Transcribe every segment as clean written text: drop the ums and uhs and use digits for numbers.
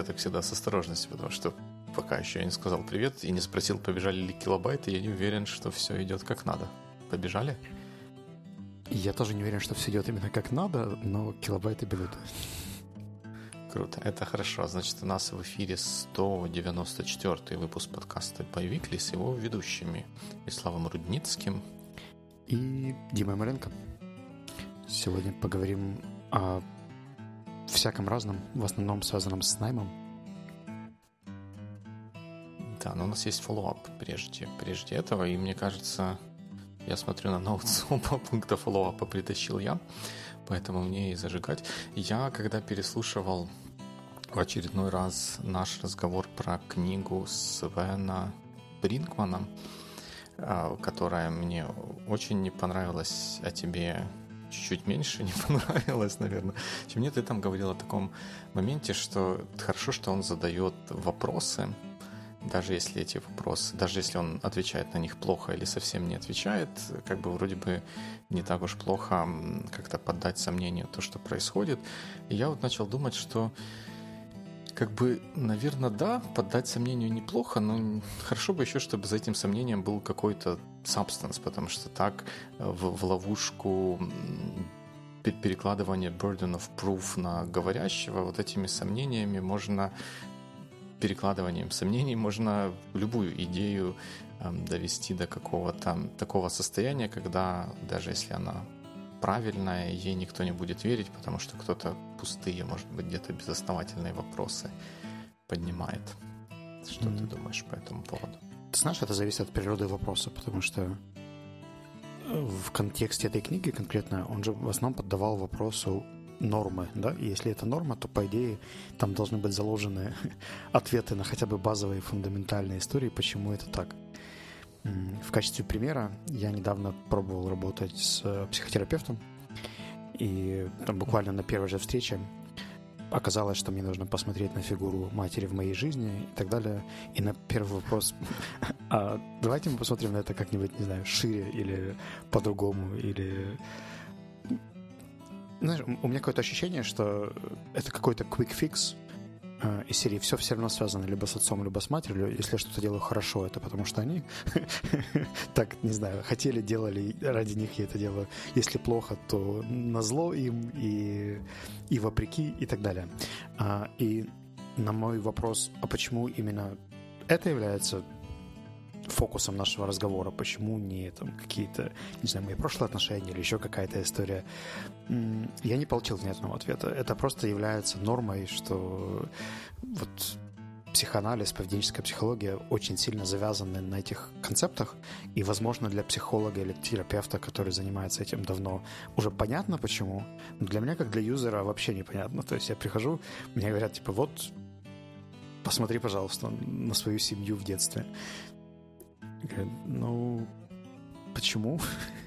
так всегда с осторожностью, потому что пока еще я не сказал привет и не спросил, побежали ли килобайты, я не уверен, что все идет как надо. Побежали? Я тоже не уверен, что все идет именно как надо, но килобайты бегут. Круто, это хорошо. Значит, у нас в эфире 194-й выпуск подкаста «Боевикли» с его ведущими Вячеславом Рудницким и Димой Маленко. Сегодня поговорим о всяком разном, в основном связанном с наймом. Да, но у нас есть фоллоуап прежде этого, и мне кажется, я смотрю на ноут с оба пункта фоллоуапа притащил я, поэтому мне и зажигать. Я, когда переслушивал в очередной раз наш разговор про книгу Свена Бринкмана, которая мне очень не понравилась, а тебе чуть-чуть меньше не понравилось, наверное, чем мне. Ты там говорил о таком моменте, что хорошо, что он задает вопросы, даже если эти вопросы, даже если он отвечает на них плохо или совсем не отвечает, как бы вроде бы не так уж плохо как-то поддать сомнению то, что происходит. И я вот начал думать, что как бы, наверное, да, поддать сомнению неплохо, но хорошо бы еще, чтобы за этим сомнением был какой-то substance, потому что так в ловушку перекладывания burden of proof на говорящего вот этими сомнениями можно, перекладыванием сомнений можно любую идею довести до какого-то такого состояния, когда даже если она правильная, ей никто не будет верить, потому что кто-то пустые, может быть, где-то безосновательные вопросы поднимает. Что ты думаешь по этому поводу? Ты знаешь, это зависит от природы вопроса, потому что в контексте этой книги конкретно он же в основном поддавал вопросу нормы, да, и если это норма, то, по идее, там должны быть заложены ответы на хотя бы базовые фундаментальные истории, почему это так. В качестве примера я недавно пробовал работать с психотерапевтом, и там буквально на первой же встрече оказалось, что мне нужно посмотреть на фигуру матери в моей жизни и так далее. И на первый вопрос: а давайте мы посмотрим на это как-нибудь, не знаю, шире или по-другому, или... Знаешь, у меня какое-то ощущение, что это какой-то quick fix из серии «все равно связано либо с отцом, либо с матерью». Если я что-то делаю хорошо, это потому что они так, не знаю, хотели, делали, ради них я это делаю. Если плохо, то назло им и вопреки и так далее. И на мой вопрос, а почему именно это является фокусом нашего разговора, почему не там какие-то, не знаю, мои прошлые отношения или еще какая-то история, я не получил внятного ответа. Это просто является нормой, что вот психоанализ, поведенческая психология очень сильно завязаны на этих концептах, и, возможно, для психолога или терапевта, который занимается этим давно, уже понятно почему, но для меня, как для юзера, вообще непонятно. То есть я прихожу, мне говорят, типа, вот, посмотри, пожалуйста, на свою семью в детстве. Ну, почему?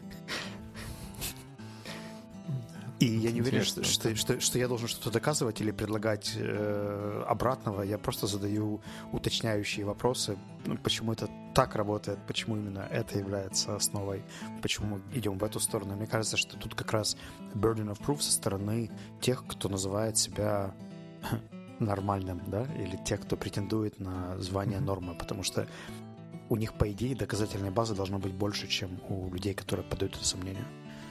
И я не уверен, что я должен что-то доказывать или предлагать обратного. Я просто задаю уточняющие вопросы. Почему это так работает, почему именно это является основой, почему мы идем в эту сторону. Мне кажется, что тут как раз burden of proof со стороны тех, кто называет себя нормальным, да, или тех, кто претендует на звание нормы, потому что у них, по идее, доказательной базы должно быть больше, чем у людей, которые поддают это сомнению.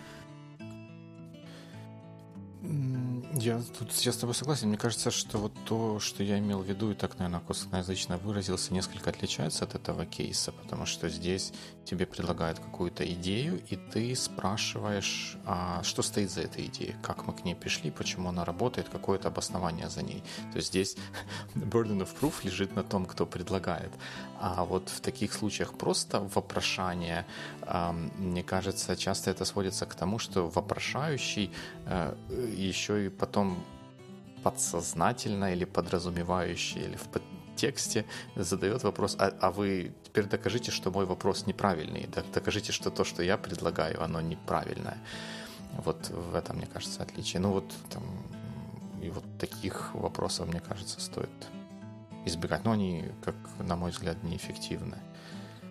Я тут сейчас с тобой согласен. Мне кажется, что вот то, что я имел в виду, и так, наверное, косноязычно выразился, несколько отличается от этого кейса, потому что здесь тебе предлагают какую-то идею, и ты спрашиваешь, а что стоит за этой идеей, как мы к ней пришли, почему она работает, какое-то обоснование за ней. То есть здесь burden of proof лежит на том, кто предлагает. А вот в таких случаях просто вопрошание, мне кажется, часто это сводится к тому, что вопрошающий еще и потом подсознательно или подразумевающе, или в подтексте задает вопрос, а вы теперь докажите, что мой вопрос неправильный, докажите, что то, что я предлагаю, оно неправильное. Вот в этом, мне кажется, отличие. Ну вот там, и вот таких вопросов, мне кажется, стоит избегать. Но они, как на мой взгляд, неэффективны.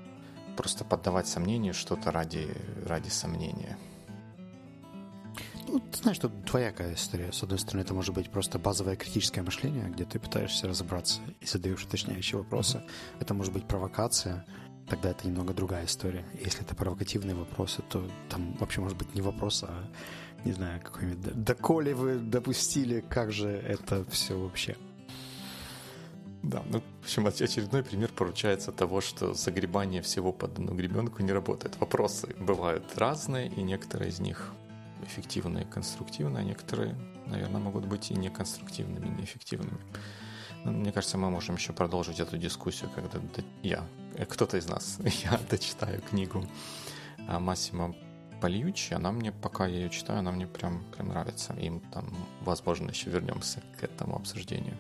Просто поддавать сомнению что-то ради сомнения. Ну, ты знаешь, тут двоякая история. С одной стороны, это может быть просто базовое критическое мышление, где ты пытаешься разобраться и задаешь уточняющие вопросы. Это может быть провокация, тогда это немного другая история. Если это провокативные вопросы, то там вообще может быть не вопрос, а, не знаю, какой-нибудь «доколе вы допустили, как же это все вообще?» Да, ну, в общем, очередной пример поручается того, что загребание всего под одну гребенку не работает. Вопросы бывают разные, и некоторые из них эффективные, конструктивные, а некоторые, наверное, могут быть и неконструктивными, и неэффективными. Но, мне кажется, мы можем еще продолжить эту дискуссию, когда кто-то из нас, я дочитаю книгу Массимо Пальюччи. Она мне, пока я ее читаю, она мне прям нравится. И там, возможно, еще вернемся к этому обсуждению.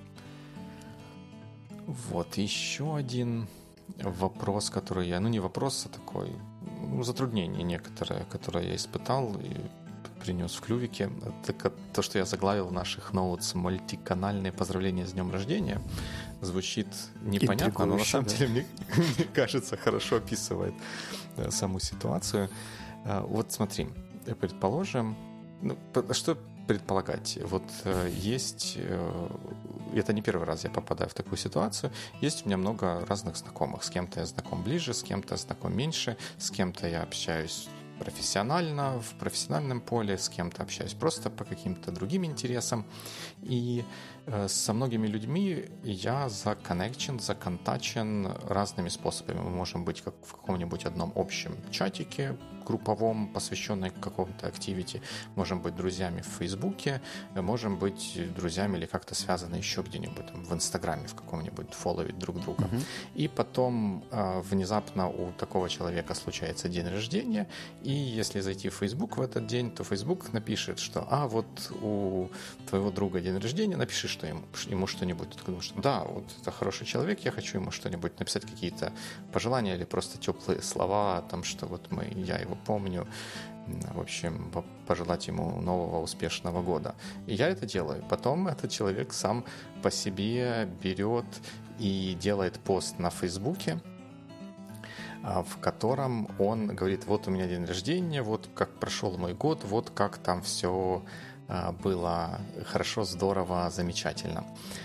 Вот, еще один вопрос, который я... Ну, не вопрос, а такой... затруднение некоторое, которое я испытал и принес в клювике. Это то, что я заглавил в наших ноутс «Мультиканальные поздравления с днем рождения». Звучит непонятно, но на самом деле, мне кажется, хорошо описывает саму ситуацию. Вот смотри, предположим... что предполагать? Вот есть... Это не первый раз я попадаю в такую ситуацию. Есть у меня много разных знакомых. С кем-то я знаком ближе, с кем-то знаком меньше, с кем-то я общаюсь профессионально, в профессиональном поле, с кем-то общаюсь просто по каким-то другим интересам. И со многими людьми я законтачен разными способами. Мы можем быть как в каком-нибудь одном общем чатике групповом, посвященном какому-то активити, можем быть друзьями в Фейсбуке, можем быть друзьями или как-то связаны еще где-нибудь там, в Инстаграме, в каком-нибудь фолловить друг друга. Uh-huh. И потом внезапно у такого человека случается день рождения, и если зайти в Фейсбук в этот день, то Фейсбук напишет, что вот у твоего друга день рождения, напиши, что ему что-нибудь. Ты думаешь, да, вот это хороший человек, я хочу ему что-нибудь написать, какие-то пожелания или просто теплые слова о том, что вот я его помню, в общем, пожелать ему нового успешного года. И я это делаю. Потом этот человек сам по себе берет и делает пост на Фейсбуке, в котором он говорит, вот у меня день рождения, вот как прошел мой год, вот как там все было хорошо, здорово, замечательно.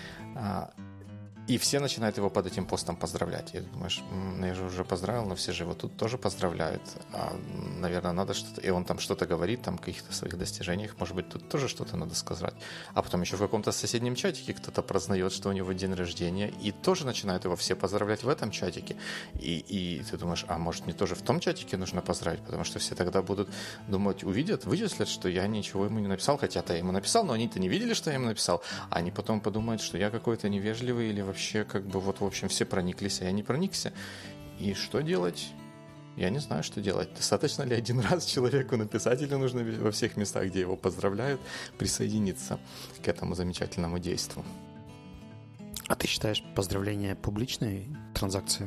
И все начинают его под этим постом поздравлять. И ты думаешь, я же уже поздравил, но все же его тут тоже поздравляют. Наверное, надо что-то... И он там что-то говорит, там, о каких-то своих достижениях. Может быть, тут тоже что-то надо сказать. А потом еще в каком-то соседнем чатике кто-то прознает, что у него день рождения, и тоже начинают его все поздравлять в этом чатике. И ты думаешь, может, мне тоже в том чатике нужно поздравить, потому что все тогда будут думать, вычислят, что я ничего ему не написал, хотя-то я ему написал, но они-то не видели, что я ему написал. А они потом подумают, что я какой-то невежливый или вообще как бы в общем все прониклись, а я не проникся. И что делать? Я не знаю, что делать. Достаточно ли один раз человеку написать, или нужно во всех местах, где его поздравляют, присоединиться к этому замечательному действу? А ты считаешь поздравление публичной транзакцией?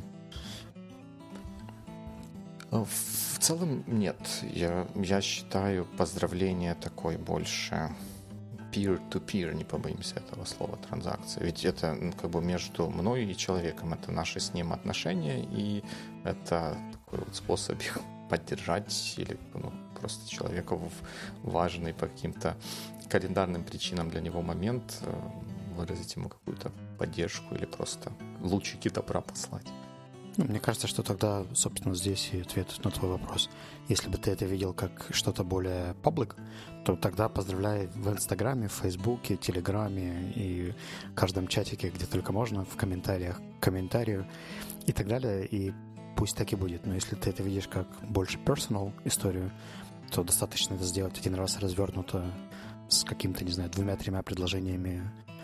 В целом нет. Я считаю поздравление такой больше... peer-to-peer, не побоимся этого слова, транзакция. Ведь это как бы между мной и человеком, это наши с ним отношения, и это такой вот способ их поддержать или просто человеку важный по каким-то календарным причинам для него момент выразить ему какую-то поддержку или просто лучики добра послать. Мне кажется, что тогда, собственно, здесь и ответ на твой вопрос. Если бы ты это видел как что-то более public, то тогда поздравляй в Инстаграме, в Фейсбуке, Телеграме и в каждом чатике, где только можно, в комментариях к комментарию и так далее, и пусть так и будет. Но если ты это видишь как больше personal историю, то достаточно это сделать один раз развернуто с каким-то, не знаю, 2-3 предложениями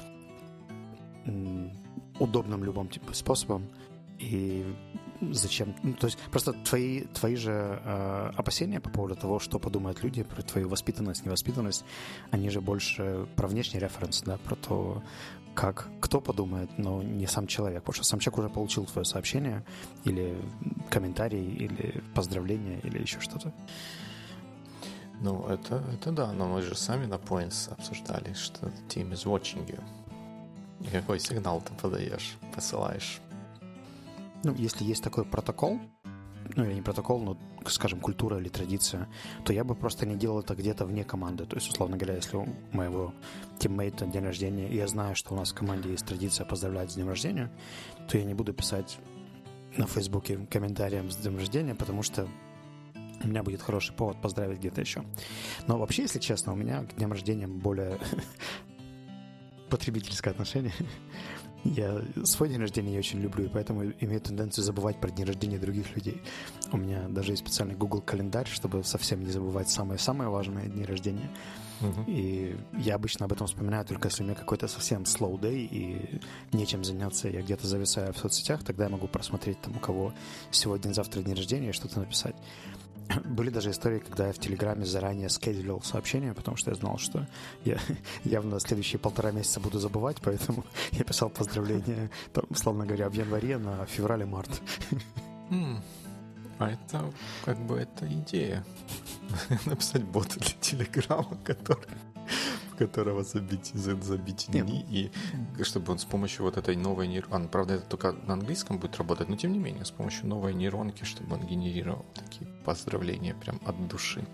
удобным любым способом. И зачем? То есть просто твои же опасения по поводу того, что подумают люди про твою воспитанность, невоспитанность, они же больше про внешний референс, да, про то, кто подумает, но не сам человек. Потому что сам человек уже получил твое сообщение или комментарий, или поздравление, или еще что-то. Это да, но мы же сами на Points обсуждали, что team is watching you. И какой сигнал ты посылаешь? Если есть такой протокол, ну или не протокол, но, скажем, культура или традиция, то я бы просто не делал это где-то вне команды. То есть, условно говоря, если у моего тиммейта день рождения, и я знаю, что у нас в команде есть традиция поздравлять с днем рождения, то я не буду писать на Фейсбуке комментариям с днем рождения, потому что у меня будет хороший повод поздравить где-то еще. Но вообще, если честно, у меня к дням рождения более потребительское отношение. Я свой день рождения не очень люблю, и поэтому имею тенденцию забывать про дни рождения других людей. У меня даже есть специальный Google календарь, чтобы совсем не забывать самые-самые важные дни рождения. И я обычно об этом вспоминаю только если у меня какой-то совсем slow day и нечем заняться, я где-то зависаю в соцсетях, тогда я могу просмотреть там, у кого сегодня-завтра день рождения, и что-то написать. Были даже истории, когда я в Телеграме заранее скедулил сообщения, потому что я знал, что я явно следующие 1,5 месяца буду забывать, поэтому я писал поздравления, там, условно говоря, в январе на феврале-март. А это как бы это идея. Написать бота для Телеграма, в которого забить дни, и чтобы он с помощью вот этой новой нейронки, правда, это только на английском будет работать, но тем не менее, с помощью новой нейронки, чтобы он генерировал такие поздравления прям от души.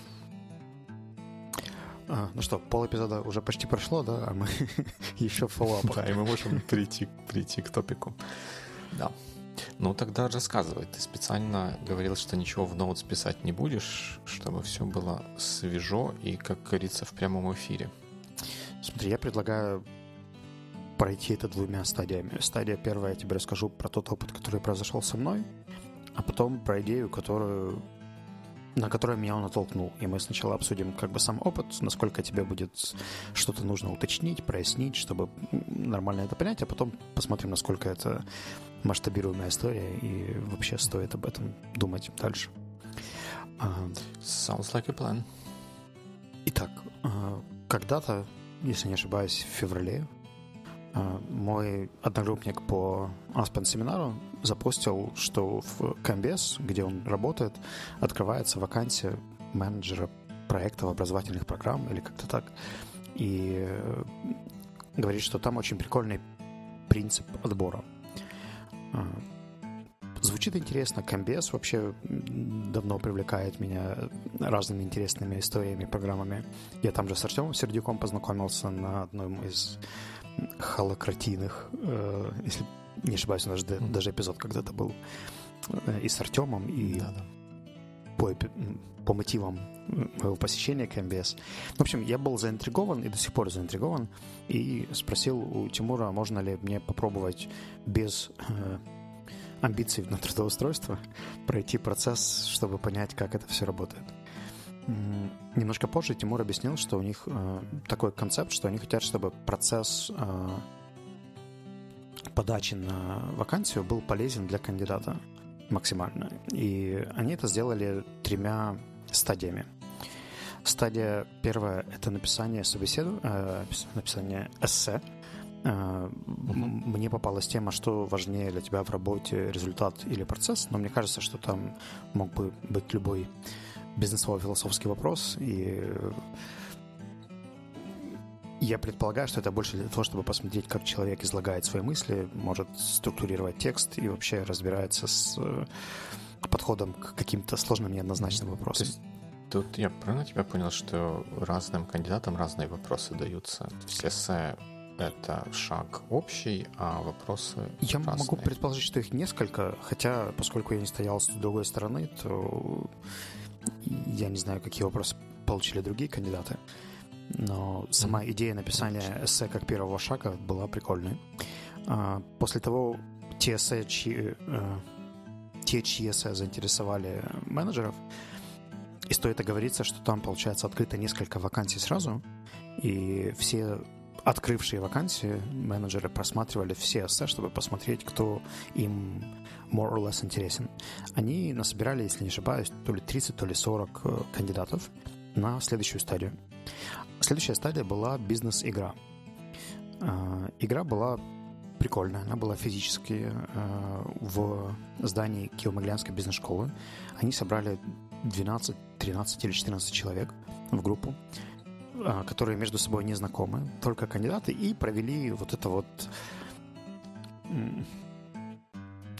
Ну что, полэпизода уже почти прошло, да, а мы еще в фоллоуапах. Да, и мы можем прийти к топику. Да. Ну, тогда рассказывай. Ты специально говорил, что ничего в ноутс писать не будешь, чтобы все было свежо и, как говорится, в прямом эфире. Смотри, я предлагаю пройти это 2 стадиями. Стадия первая, я тебе расскажу про тот опыт, который произошел со мной, а потом про идею, на которую меня он натолкнул. И мы сначала обсудим как бы сам опыт, насколько тебе будет что-то нужно уточнить, прояснить, чтобы нормально это понять, а потом посмотрим, насколько это масштабируемая история и вообще стоит об этом думать дальше. Sounds like a plan. Итак, когда-то, если не ошибаюсь, в феврале мой одногруппник по Aspen семинару запостил, что в Combase, где он работает, открывается вакансия менеджера проектов образовательных программ или как-то так. И говорит, что там очень прикольный принцип отбора. Звучит интересно. Combase вообще давно привлекает меня разными интересными историями, программами. Я там же с Артемом Сердюком познакомился на одном из холократийных, если не ошибаюсь, у нас даже эпизод когда-то был и с Артемом, и по мотивам моего посещения Combase. В общем, я был заинтригован и до сих пор заинтригован, и спросил у Тимура, можно ли мне попробовать без амбиций на трудоустройство пройти процесс, чтобы понять, как это все работает. Немножко позже Тимур объяснил, что у них такой концепт, что они хотят, чтобы процесс подачи на вакансию был полезен для кандидата максимально. И они это сделали 3 стадиями. Стадия первая — это написание написание эссе. Мне попалась тема, что важнее для тебя в работе, результат или процесс, но мне кажется, что там мог бы быть любой бизнесово-философский вопрос, и я предполагаю, что это больше для того, чтобы посмотреть, как человек излагает свои мысли, может структурировать текст и вообще разбирается с подходом к каким-то сложным неоднозначным вопросам. Тут я правильно тебя понял, что разным кандидатам разные вопросы даются? Все эссе — это шаг общий, а вопросы Я разные. могу предположить, что их несколько, хотя, поскольку я не стоял с другой стороны, то я не знаю, какие вопросы получили другие кандидаты. Но сама идея написания эссе как первого шага была прикольной. После того, те эссе, чьи эссе заинтересовали менеджеров, и стоит оговориться, что там, получается, открыто несколько вакансий сразу, и все открывшие вакансии менеджеры просматривали все эссе, чтобы посмотреть, кто им more or less интересен. Они насобирали, если не ошибаюсь, то ли 30, то ли 40 кандидатов на следующую стадию. Следующая стадия была бизнес-игра. Игра была прикольная, она была физически в здании Киево-Могилянской бизнес-школы. Они собрали 12, 13 или 14 человек в группу, которые между собой не знакомы, только кандидаты, и провели вот это вот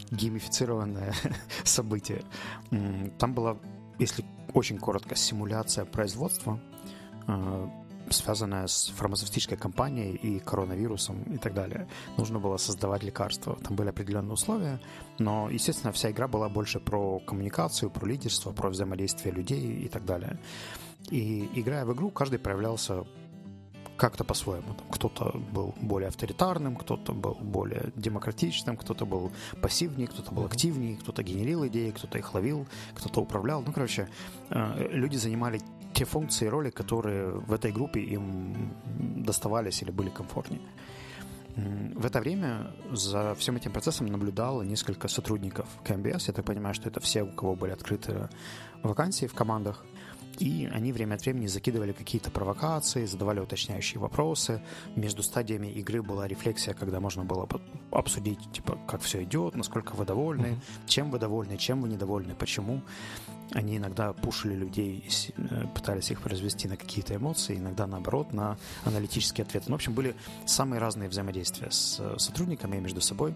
геймифицированное событие. Там была, если очень коротко, симуляция производства, связанная с фармацевтической компанией и коронавирусом и так далее. Нужно было создавать лекарства. Там были определенные условия, но, естественно, вся игра была больше про коммуникацию, про лидерство, про взаимодействие людей и так далее. И играя в игру, каждый проявлялся как-то по-своему. Кто-то был более авторитарным, кто-то был более демократичным, кто-то был пассивнее, кто-то был активнее, кто-то генерил идеи, кто-то их ловил, кто-то управлял. Ну, короче, люди занимали те функции и роли, которые в этой группе им доставались или были комфортнее. В это время за всем этим процессом наблюдало несколько сотрудников КМБС. Я так понимаю, что это все, у кого были открыты вакансии в командах. И они время от времени закидывали какие-то провокации, задавали уточняющие вопросы. Между стадиями игры была рефлексия, когда можно было обсудить, типа, как все идет, насколько вы довольны, чем вы недовольны, почему. Они иногда пушили людей, пытались их произвести на какие-то эмоции, иногда, наоборот, на аналитические ответы. Ну, в общем, были самые разные взаимодействия с сотрудниками и между собой.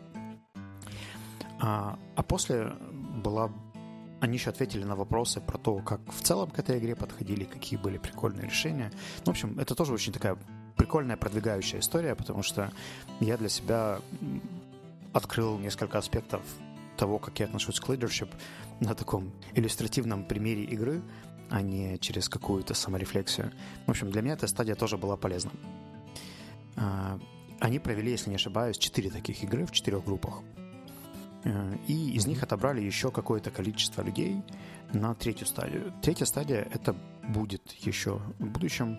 А после была... Они еще ответили на вопросы про то, как в целом к этой игре подходили, какие были прикольные решения. Ну, в общем, это тоже очень такая прикольная продвигающая история, потому что я для себя открыл несколько аспектов того, как я отношусь к leadership на таком иллюстративном примере игры, а не через какую-то саморефлексию. В общем, для меня эта стадия тоже была полезна. Они провели, если не ошибаюсь, 4 таких игры в 4 группах. И из них отобрали еще какое-то количество людей на 3-ю стадию. 3-я стадия — это будет еще в будущем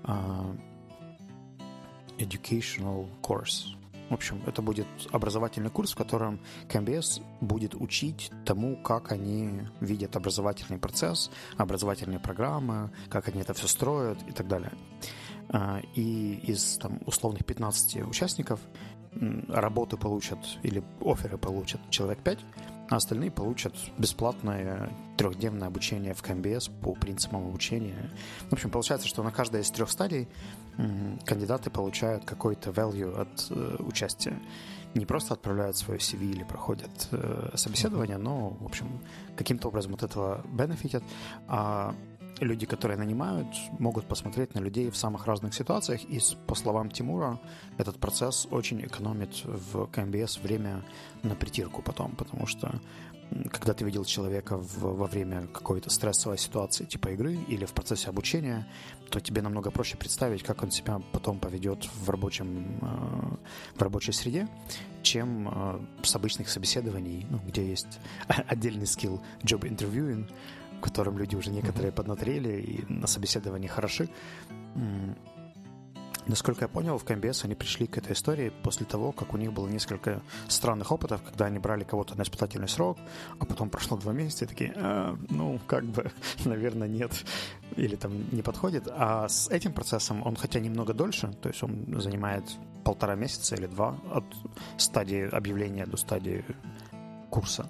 educational course. В общем, это будет образовательный курс, в котором КМБС будет учить тому, как они видят образовательный процесс, образовательные программы, как они это все строят и так далее. И из там, условных 15 участников работы получат или офферы получат человек 5, а остальные получат бесплатное 3-дневное обучение в КМБС по принципам обучения. В общем, получается, что на каждой из 3 стадий кандидаты получают какой-то value от участия. Не просто отправляют свое CV или проходят собеседование, но, в общем, каким-то образом от этого бенефитят. А люди, которые нанимают, могут посмотреть на людей в самых разных ситуациях. И, по словам Тимура, этот процесс очень экономит в КМБС время на притирку потом, потому что когда ты видел человека во время какой-то стрессовой ситуации типа игры или в процессе обучения, то тебе намного проще представить, как он себя потом поведет в рабочей среде, чем с обычных собеседований, где есть отдельный скилл job interviewing, в котором люди уже некоторые поднаторели и на собеседовании хороши. Насколько я понял, в КМБС они пришли к этой истории после того, как у них было несколько странных опытов, когда они брали кого-то на испытательный срок, а потом прошло 2 месяца и такие, наверное, нет, или там не подходит. А с этим процессом он хотя немного дольше, то есть он занимает 1,5 месяца или 2 от стадии объявления до стадии курса.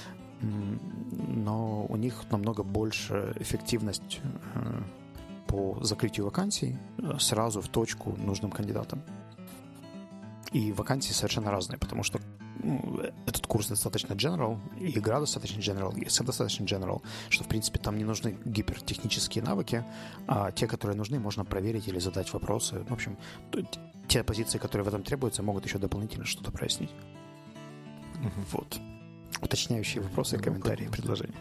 Но у них намного больше эффективность по закрытию вакансий сразу в точку нужным кандидатам. И вакансии совершенно разные, потому что этот курс достаточно general, и игра достаточно general, и СЭ достаточно general, что, в принципе, там не нужны гипертехнические навыки, а те, которые нужны, можно проверить или задать вопросы. В общем, те позиции, которые в этом требуются, могут еще дополнительно что-то прояснить. Вот. Уточняющие вопросы, комментарии, предложения.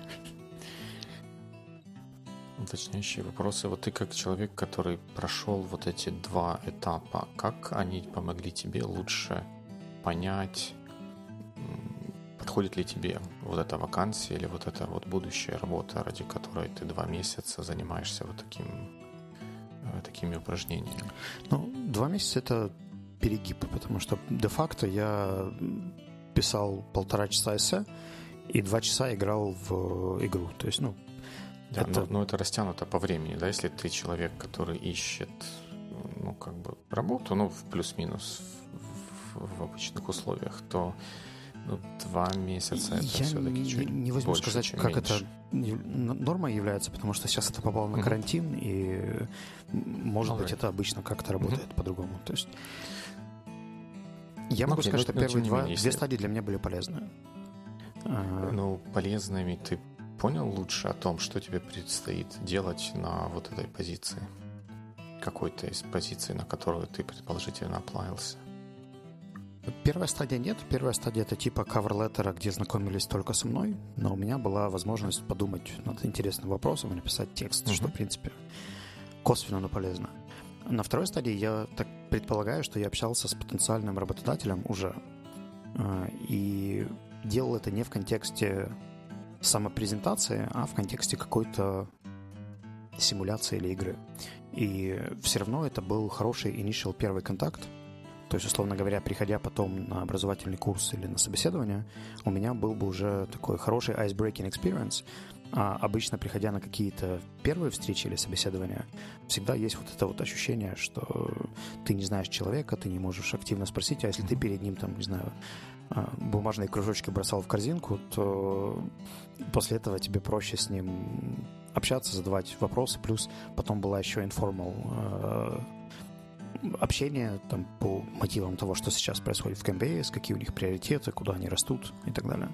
Уточняющие вопросы. Вот ты как человек, который прошел вот эти 2 этапа, как они помогли тебе лучше понять, подходит ли тебе вот эта вакансия или вот эта вот будущая работа, ради которой ты 2 месяца занимаешься вот такими упражнениями? 2 месяца — это перегиб, потому что де-факто я писал 1,5 часа эссе и 2 часа играл в игру. То есть, это растянуто по времени, да, если ты человек, который ищет, работу, в плюс-минус в обычных условиях, то 2 месяца это все-таки чуть не возьму больше, сказать, чем как меньше. Это нормой является, потому что сейчас это попало на карантин, и, может быть, это обычно как-то работает по-другому. То есть я могу сказать, что первые 2 стадии для меня были полезны. Ну, полезными ты понял лучше о том, что тебе предстоит делать на вот этой позиции? Какой-то из позиций, на которую ты предположительно оплавился? Первая стадия нет. Первая стадия — это типа cover-леттера, где знакомились только со мной, но у меня была возможность подумать над интересным вопросом и написать текст, что, в принципе, косвенно, но полезно. На второй стадии я так предполагаю, что я общался с потенциальным работодателем уже и делал это не в контексте самопрезентации, а в контексте какой-то симуляции или игры. И все равно это был хороший initial первый контакт. То есть, условно говоря, приходя потом на образовательный курс или на собеседование, у меня был бы уже такой хороший ice-breaking experience. А обычно, приходя на какие-то первые встречи или собеседования, всегда есть вот это вот ощущение, что ты не знаешь человека, ты не можешь активно спросить, а если ты перед ним, там, не знаю, бумажные кружочки бросал в корзинку, то после этого тебе проще с ним общаться, задавать вопросы. Плюс потом была еще informal общение там, по мотивам того, что сейчас происходит в Coinbase, какие у них приоритеты, куда они растут и так далее.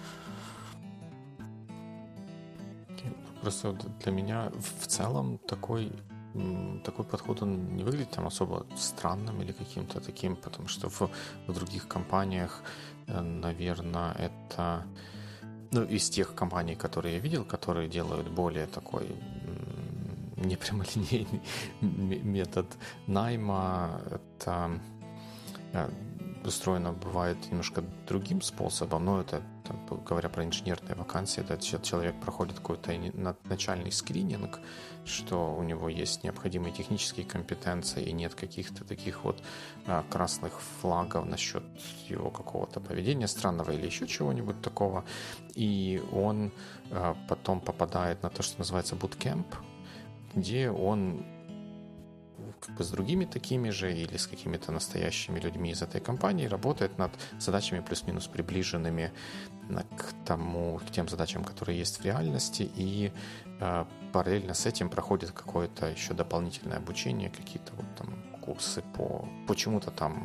Просто для меня в целом такой подход, он не выглядит там особо странным или каким-то таким, потому что в других компаниях, наверное, это... Ну, из тех компаний, которые я видел, которые делают более такой непрямолинейный метод найма, это устроено бывает немножко другим способом, но это, говоря про инженерные вакансии, это человек проходит какой-то начальный скрининг, что у него есть необходимые технические компетенции и нет каких-то таких вот красных флагов насчет его какого-то поведения странного или еще чего-нибудь такого, и он потом попадает на то, что называется bootcamp, где он как бы с другими такими же или с какими-то настоящими людьми из этой компании работает над задачами плюс-минус приближенными к тем задачам, которые есть в реальности, и параллельно с этим проходит какое-то еще дополнительное обучение, какие-то вот там курсы почему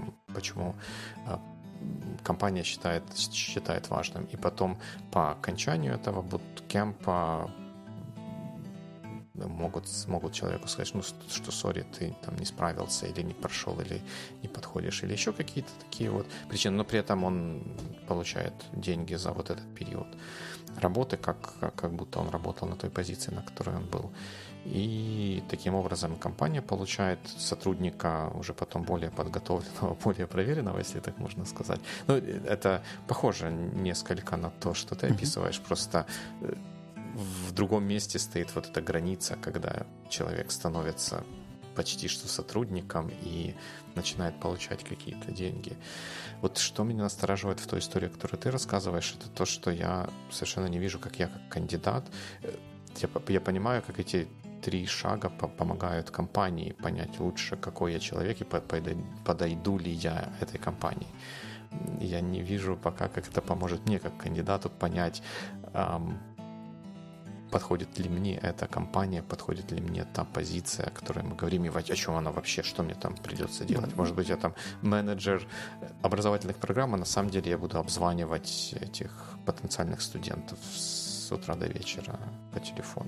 компания считает важным. И потом по окончанию этого буткемпа могут человеку сказать, что сори, ты там не справился или не прошел, или не подходишь, или еще какие-то такие вот причины, но при этом он получает деньги за вот этот период работы, как будто он работал на той позиции, на которой он был. И таким образом компания получает сотрудника уже потом более подготовленного, более проверенного, если так можно сказать. Ну, это похоже несколько на то, что ты описываешь, просто в другом месте стоит вот эта граница, когда человек становится почти что сотрудником и начинает получать какие-то деньги. Вот что меня настораживает в той истории, которую ты рассказываешь, это то, что я совершенно не вижу, как я как кандидат. Я понимаю, как эти 3 шага помогают компании понять лучше, какой я человек и подойду ли я этой компании. Я не вижу пока, как это поможет мне как кандидату понять, подходит ли мне эта компания, подходит ли мне та позиция, о которой мы говорим, и о чем она вообще, что мне там придется делать. Может быть, я там менеджер образовательных программ, а на самом деле я буду обзванивать этих потенциальных студентов с утра до вечера по телефону.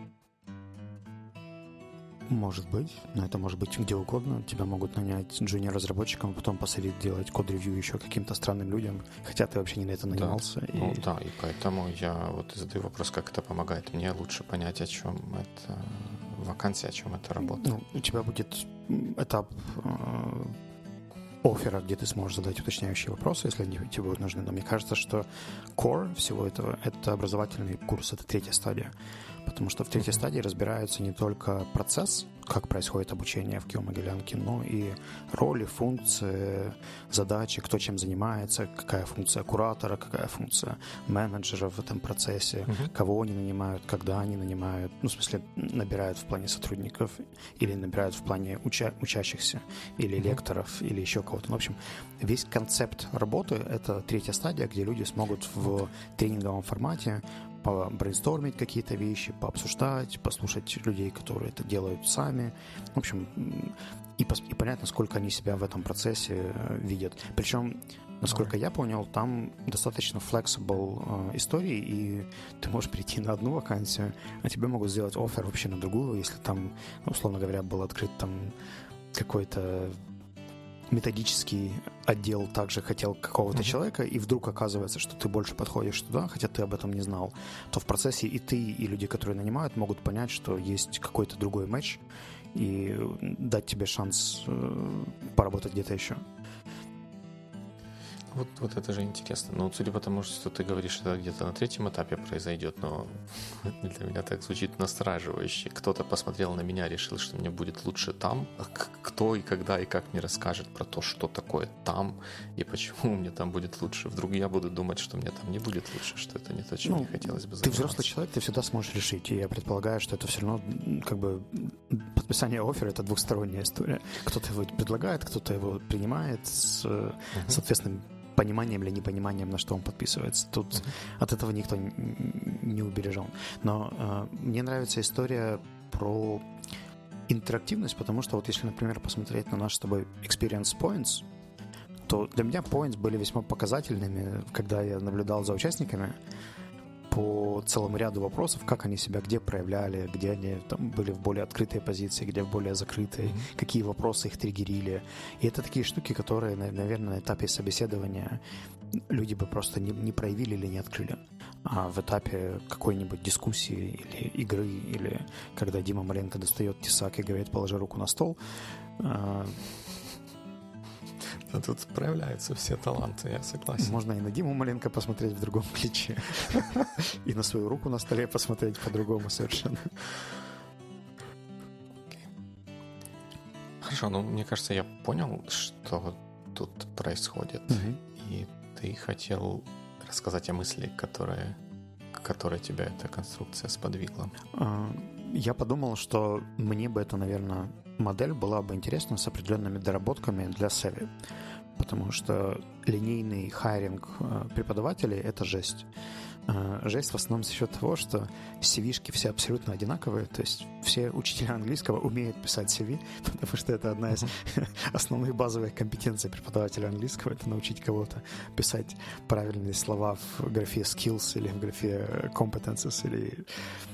Может быть, но это может быть где угодно. Тебя могут нанять джуниор-разработчиком, а потом посадить делать код-ревью еще каким-то странным людям, хотя ты вообще не на это нанимался. Да. И поэтому я вот задаю вопрос, как это помогает мне лучше понять, о чем это вакансия, о чем это работа. Ну, у тебя будет этап оффера, где ты сможешь задать уточняющие вопросы, если они тебе будут нужны. Но мне кажется, что core всего этого — это образовательный курс, это 3-я стадия. Потому что в 3-й стадии разбирается не только процесс, как происходит обучение в Киево-Могилянке, но и роли, функции, задачи, кто чем занимается, какая функция куратора, какая функция менеджера в этом процессе, кого они нанимают, когда они нанимают, ну, в смысле, набирают в плане сотрудников или набирают в плане учащихся, или лекторов, или еще кого-то. В общем, весь концепт работы — это 3-я стадия, где люди смогут в тренинговом формате побрейнстормить какие-то вещи, пообсуждать, послушать людей, которые это делают сами. В общем, и понять, насколько они себя в этом процессе видят. Причем, насколько я понял, там достаточно flexible истории, и ты можешь прийти на одну вакансию, а тебе могут сделать оффер вообще на другую, если там, условно говоря, был открыт там какой-то методический отдел также хотел какого-то человека, и вдруг оказывается, что ты больше подходишь туда, хотя ты об этом не знал, то в процессе и ты, и люди, которые нанимают, могут понять, что есть какой-то другой матч, и дать тебе шанс поработать где-то еще. Вот это же интересно. Ну, судя по тому, что ты говоришь, это где-то на третьем этапе произойдет, но для меня так звучит настораживающе. Кто-то посмотрел на меня, решил, что мне будет лучше там. А кто и когда и как мне расскажет про то, что такое там и почему мне там будет лучше. Вдруг я буду думать, что мне там не будет лучше, что это не то, чем мне хотелось бы заниматься. Ты взрослый человек, ты всегда сможешь решить. И я предполагаю, что это все равно как бы подписание оффера — это двухсторонняя история. Кто-то его предлагает, кто-то его принимает с соответственным пониманием или непониманием, на что он подписывается. Тут от этого никто не убережен. Но мне нравится история про интерактивность, потому что вот если, например, посмотреть на наш с тобой experience points, то для меня points были весьма показательными, когда я наблюдал за участниками по целому ряду вопросов, как они себя где проявляли, где они там были в более открытой позиции, где в более закрытой, какие вопросы их триггерили. И это такие штуки, которые, наверное, на этапе собеседования люди бы просто не проявили или не открыли. А в этапе какой-нибудь дискуссии или игры, или когда Дима Маленко достает тесак и говорит: «Положи руку на стол», а тут проявляются все таланты, я согласен. можно и на Диму Маленко посмотреть в другом ключе, и на свою руку на столе посмотреть по-другому совершенно. Хорошо, ну, мне кажется, я понял, что тут происходит. И ты хотел рассказать о мысли, которая тебя эта конструкция сподвигла. Я подумал, что мне бы эта, наверное, модель была бы интересна с определенными доработками для Savvy, потому что линейный хайринг преподавателей — это жесть. Жесть в основном за счет того, что CV-шки все абсолютно одинаковые, то есть все учителя английского умеют писать CV, потому что это одна из основных базовых компетенций преподавателя английского — это научить кого-то писать правильные слова в графе skills или в графе competences или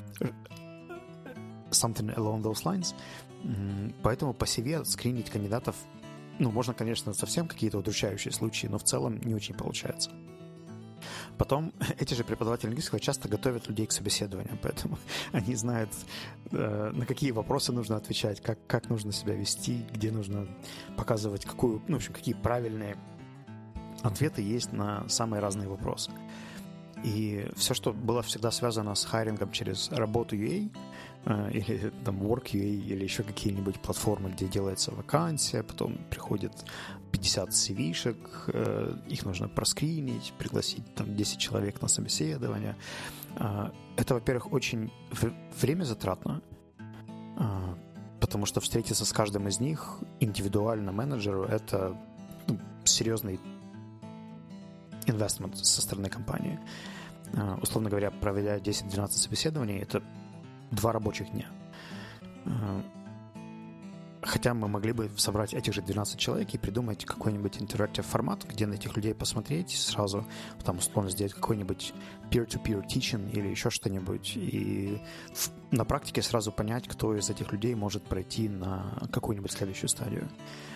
something along those lines. Поэтому по CV скринить кандидатов, можно, конечно, совсем какие-то удручающие случаи, но в целом не очень получается. Потом эти же преподаватели английского часто готовят людей к собеседованию, поэтому они знают, на какие вопросы нужно отвечать, как нужно себя вести, где нужно показывать какие правильные ответы есть на самые разные вопросы. И все, что было всегда связано с хайрингом через работу UA, или там Work.ua, или еще какие-нибудь платформы, где делается вакансия, потом приходит 50 CV-шек, их нужно проскринить, пригласить там 10 человек на собеседование. Это, во-первых, очень время затратно, потому что встретиться с каждым из них индивидуально менеджеру — это серьезный инвестмент со стороны компании. Условно говоря, проведя 10-12 собеседований, это 2 рабочих дня. Хотя мы могли бы собрать этих же 12 человек и придумать какой-нибудь интерактив формат, где на этих людей посмотреть сразу, там условно сделать какой-нибудь peer-to-peer teaching или еще что-нибудь, и на практике сразу понять, кто из этих людей может пройти на какую-нибудь следующую стадию.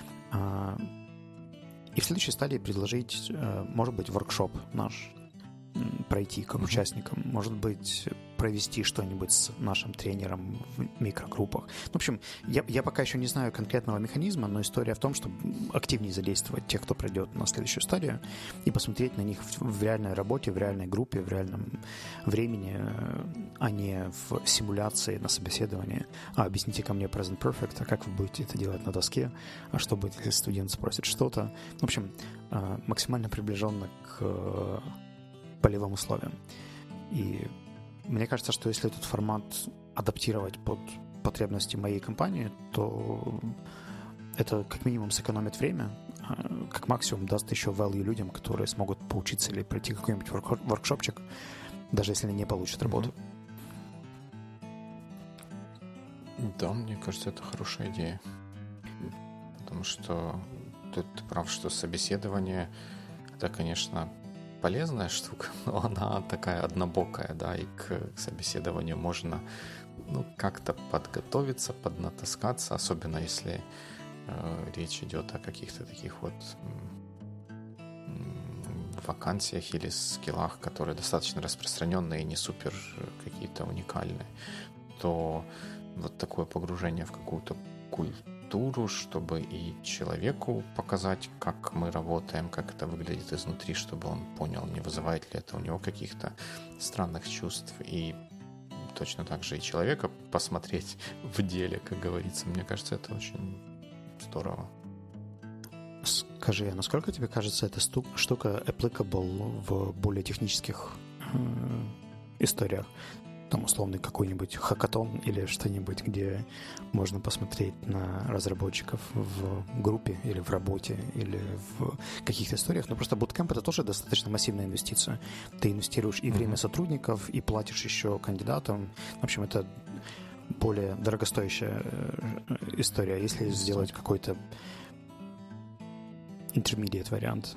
И в следующей стадии предложить, может быть, воркшоп наш пройти как участникам, может быть, провести что-нибудь с нашим тренером в микрогруппах. В общем, я пока еще не знаю конкретного механизма, но история в том, чтобы активнее задействовать тех, кто пройдет на следующую стадию, и посмотреть на них в реальной работе, в реальной группе, в реальном времени, а не в симуляции на собеседовании. Объясните ко мне present perfect, а как вы будете это делать на доске, а что будет, если студент спросит что-то. В общем, максимально приближенно к полевым условиям. И мне кажется, что если этот формат адаптировать под потребности моей компании, то это как минимум сэкономит время, как максимум даст еще value людям, которые смогут поучиться или пройти какой-нибудь воркшопчик даже если они не получат работу. Да, мне кажется, это хорошая идея. Потому что ты прав, что собеседование — это, конечно, полезная штука, но она такая однобокая, да, и к собеседованию можно как-то подготовиться, поднатаскаться, особенно если речь идет о каких-то таких вот вакансиях или скиллах, которые достаточно распространенные и не супер какие-то уникальные, то вот такое погружение в какую-то культуру, чтобы и человеку показать, как мы работаем, как это выглядит изнутри, чтобы он понял, не вызывает ли это у него каких-то странных чувств, и точно так же и человека посмотреть в деле, как говорится. Мне кажется, это очень здорово. Скажи, а насколько тебе кажется эта штука applicable в более технических историях? Там условный какой-нибудь хакатон или что-нибудь, где можно посмотреть на разработчиков в группе или в работе, или в каких-то историях. Но просто буткэмп — это тоже достаточно массивная инвестиция. Ты инвестируешь и время сотрудников, и платишь еще кандидатам. В общем, это более дорогостоящая история. Если сделать какой-то intermediate вариант.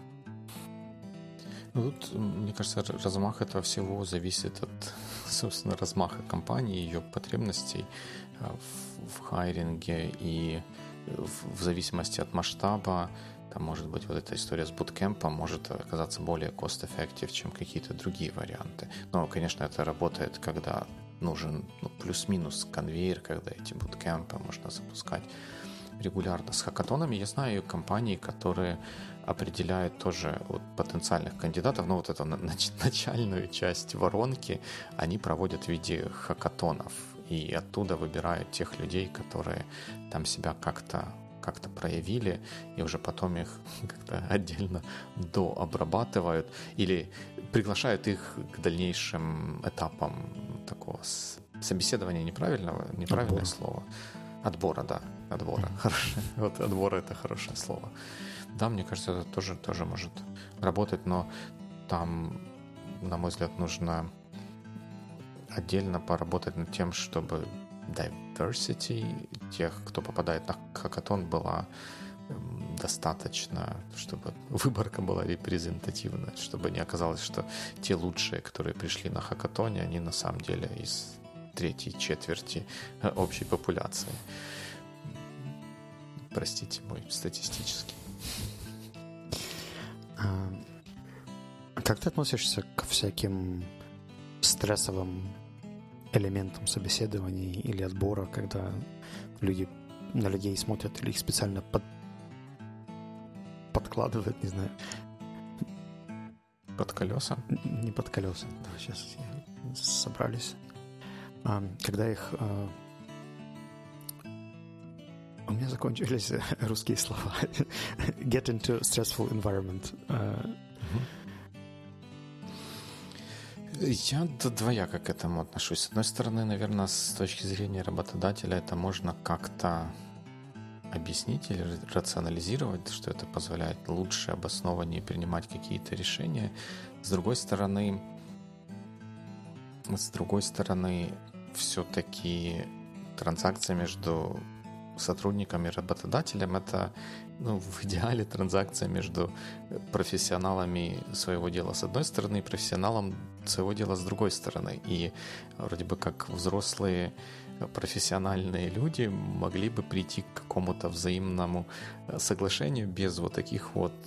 Тут, мне кажется, размах этого всего зависит от, собственно, размаха компании, ее потребностей в хайринге, и в зависимости от масштаба, там, может быть, вот эта история с буткемпом может оказаться более cost-effective, чем какие-то другие варианты. Но, конечно, это работает, когда нужен плюс-минус конвейер, когда эти буткемпы можно запускать регулярно. С хакатонами я знаю компании, которые определяют тоже вот потенциальных кандидатов, но вот эту начальную часть воронки они проводят в виде хакатонов, и оттуда выбирают тех людей, которые там себя как-то проявили, и уже потом их как-то отдельно дообрабатывают или приглашают их к дальнейшим этапам такого собеседования, неправильное слово. Отбора, да. Отбора. Хорошее. Вот отбора — это хорошее слово. Да, мне кажется, это тоже может работать, но там, на мой взгляд, нужно отдельно поработать над тем, чтобы diversity тех, кто попадает на хакатон, была достаточно, чтобы выборка была репрезентативна, чтобы не оказалось, что те лучшие, которые пришли на хакатоне, они на самом деле из третьей четверти общей популяции. Простите мой статистический. Как ты относишься к всяким стрессовым элементам собеседований или отбора, когда люди на людей смотрят или их специально подкладывают, не знаю. Под колеса? Не под колеса. Да, сейчас собрались. Когда их... У меня закончились русские слова. Get into stressful environment. Я двояко к этому отношусь. С одной стороны, наверное, с точки зрения работодателя это можно как-то объяснить или рационализировать, что это позволяет лучше, обоснованнее принимать какие-то решения. С другой стороны, все-таки транзакция между сотрудником и работодателем — это в идеале транзакция между профессионалами своего дела с одной стороны и профессионалом своего дела с другой стороны. И вроде бы как взрослые профессиональные люди могли бы прийти к какому-то взаимному соглашению без вот таких вот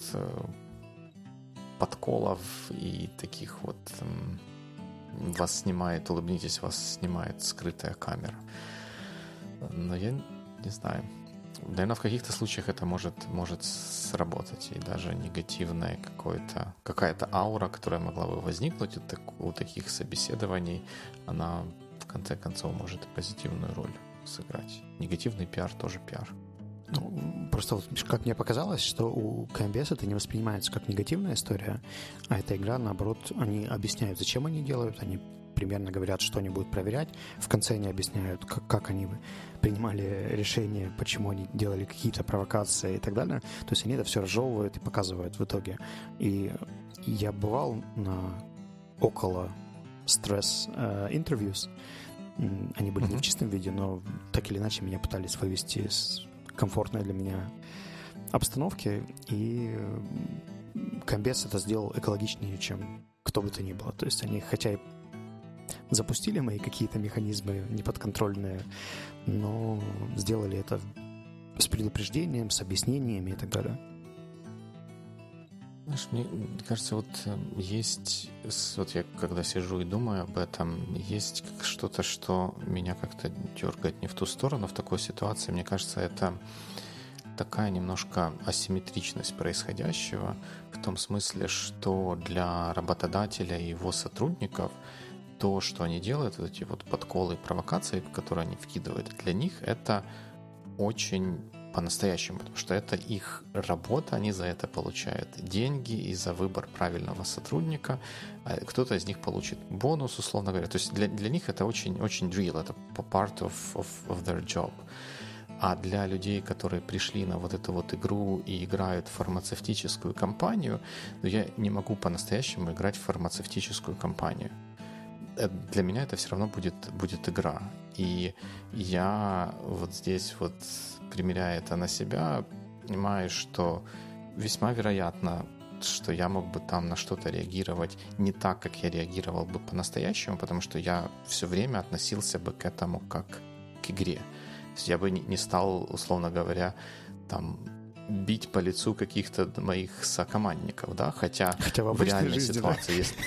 подколов и таких вот вас снимает, улыбнитесь, вас снимает скрытая камера. Но я не знаю. Наверное, в каких-то случаях это может сработать, и даже негативная какая-то аура, которая могла бы возникнуть у таких собеседований, она в конце концов может позитивную роль сыграть. Негативный пиар тоже пиар. Просто вот, как мне показалось, что у КМБС это не воспринимается как негативная история, а эта игра, наоборот, они объясняют, зачем они делают, они примерно говорят, что они будут проверять. В конце они объясняют, как они принимали решения, почему они делали какие-то провокации и так далее. То есть они это все разжевывают и показывают в итоге. И я бывал на около стресс interviews. Они были не в чистом виде, но так или иначе меня пытались вывести из комфортной для меня обстановки, и Комбез это сделал экологичнее, чем кто бы то ни было. То есть они, хотя и запустили мои какие-то механизмы неподконтрольные, но сделали это с предупреждением, с объяснениями и так далее. Знаешь, мне кажется, вот есть, вот я когда сижу и думаю об этом, есть что-то, что меня как-то дергает не в ту сторону в такой ситуации. Мне кажется, это такая немножко асимметричность происходящего в том смысле, что для работодателя и его сотрудников то, что они делают, вот эти вот подколы и провокации, которые они вкидывают, для них это очень по-настоящему, потому что это их работа, они за это получают деньги и за выбор правильного сотрудника. Кто-то из них получит бонус, условно говоря. То есть для них это очень real, это part of their job. А для людей, которые пришли на вот эту вот игру и играют в фармацевтическую компанию, я не могу по-настоящему играть в фармацевтическую компанию. Для меня это все равно будет игра. И я вот здесь вот, примеряя это на себя, понимаю, что весьма вероятно, что я мог бы там на что-то реагировать не так, как я реагировал бы по-настоящему, потому что я все время относился бы к этому как к игре. То есть я бы не стал, условно говоря, там бить по лицу каких-то моих сокомандников, да, хотя в реальной ситуации есть...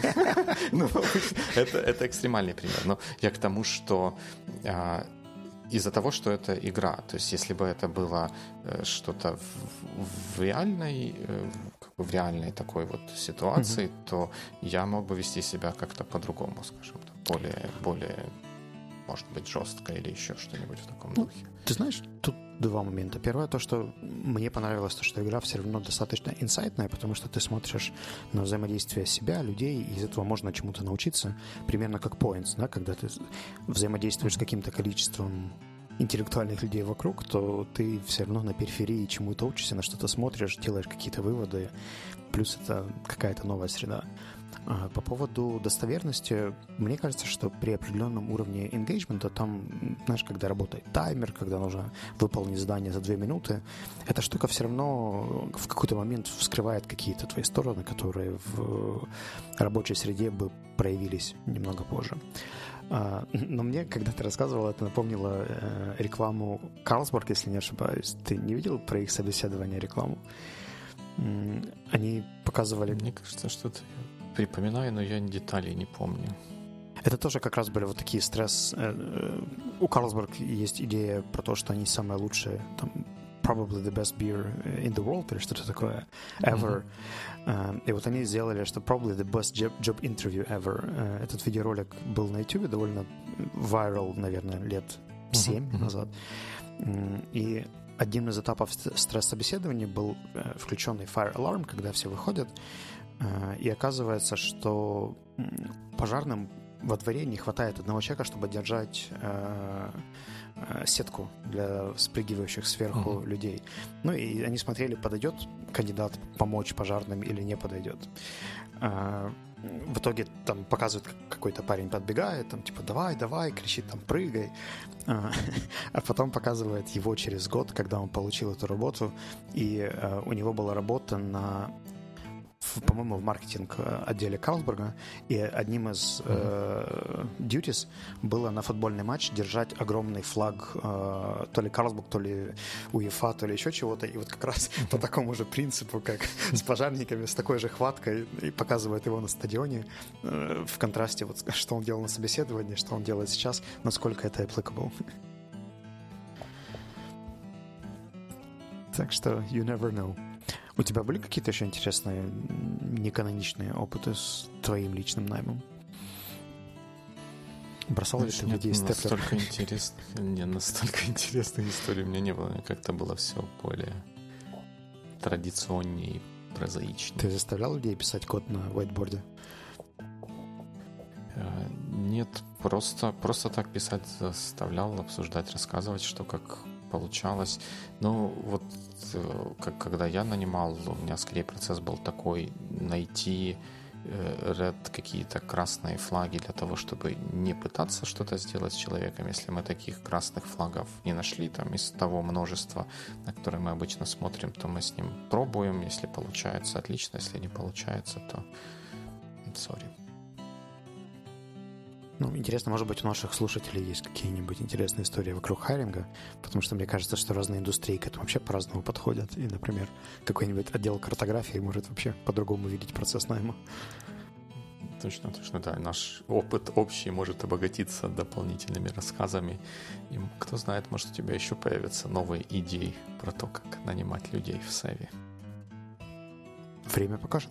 Это экстремальный пример, но я к тому, что из-за того, что это игра, то есть если бы это было что-то в реальной такой вот ситуации, то я мог бы вести себя как-то по-другому, скажем так, более может быть, жестко или еще что-нибудь в таком духе. Ты знаешь, тут два момента. Первое, то, что мне понравилось, то, что игра все равно достаточно инсайтная, потому что ты смотришь на взаимодействие себя, людей, и из этого можно чему-то научиться, примерно как Points, да, когда ты взаимодействуешь с каким-то количеством интеллектуальных людей вокруг, то ты все равно на периферии чему-то учишься, на что-то смотришь, делаешь какие-то выводы, плюс это какая-то новая среда. По поводу достоверности, мне кажется, что при определенном уровне engagement, там, знаешь, когда работает таймер, когда нужно выполнить задание за 2 минуты, эта штука все равно в какой-то момент вскрывает какие-то твои стороны, которые в рабочей среде бы проявились немного позже. Но мне, когда ты рассказывал, это напомнило рекламу Carlsberg, если не ошибаюсь. Ты не видел про их собеседование рекламу? Они показывали... Мне кажется, что-то припоминаю, но я деталей не помню. Это тоже как раз были вот такие стресс. У Carlsberg есть идея про то, что они самые лучшие, там, probably the best beer in the world, или что-то такое, ever. И вот они сделали, что probably the best job interview ever. Этот видеоролик был на YouTube, довольно viral, наверное, лет 7 назад. И одним из этапов стресс-собеседования был включенный fire alarm, когда все выходят, и оказывается, что пожарным во дворе не хватает одного человека, чтобы держать сетку для спрыгивающих сверху людей. Ну и они смотрели, подойдет кандидат помочь пожарным или не подойдет. В итоге там показывают, какой-то парень подбегает, там типа давай, кричит там прыгай. А потом показывает его через год, когда он получил эту работу, и у него была работа по-моему, в маркетинг-отделе Карлсберга, и одним из duties было на футбольный матч держать огромный флаг то ли Карлсберг, то ли УЕФА, то ли еще чего-то, и вот как раз по такому же принципу, как с пожарниками, с такой же хваткой, и показывает его на стадионе в контрасте, вот что он делал на собеседовании, что он делает сейчас, насколько это applicable. Так что you never know. У тебя были какие-то еще интересные, неканоничные опыты с твоим личным наймом? Бросал ли ты людей степлер? Настолько интересной истории у меня не было. Мне как-то было все более традиционнее и прозаичнее. Ты заставлял людей писать код на whiteboard? Нет, просто так писать заставлял, обсуждать, рассказывать, что как получалось. Ну, вот когда я нанимал, у меня скорее процесс был такой: найти какие-то красные флаги для того, чтобы не пытаться что-то сделать с человеком. Если мы таких красных флагов не нашли там из того множества, на которое мы обычно смотрим, то мы с ним пробуем. Если получается, отлично. Если не получается, то sorry. Ну, интересно, может быть, у наших слушателей есть какие-нибудь интересные истории вокруг хайринга, потому что мне кажется, что разные индустрии к этому вообще по-разному подходят. И, например, какой-нибудь отдел картографии может вообще по-другому видеть процесс найма. Точно, да. Наш опыт общий может обогатиться дополнительными рассказами. И кто знает, может, у тебя еще появятся новые идеи про то, как нанимать людей в Севе. Время покажет.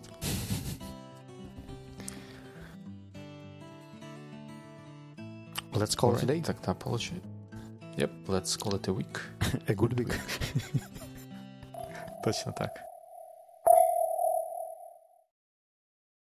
Let's call it a day. Тогда получай. Yep, let's call it a week. A good week. Точно так.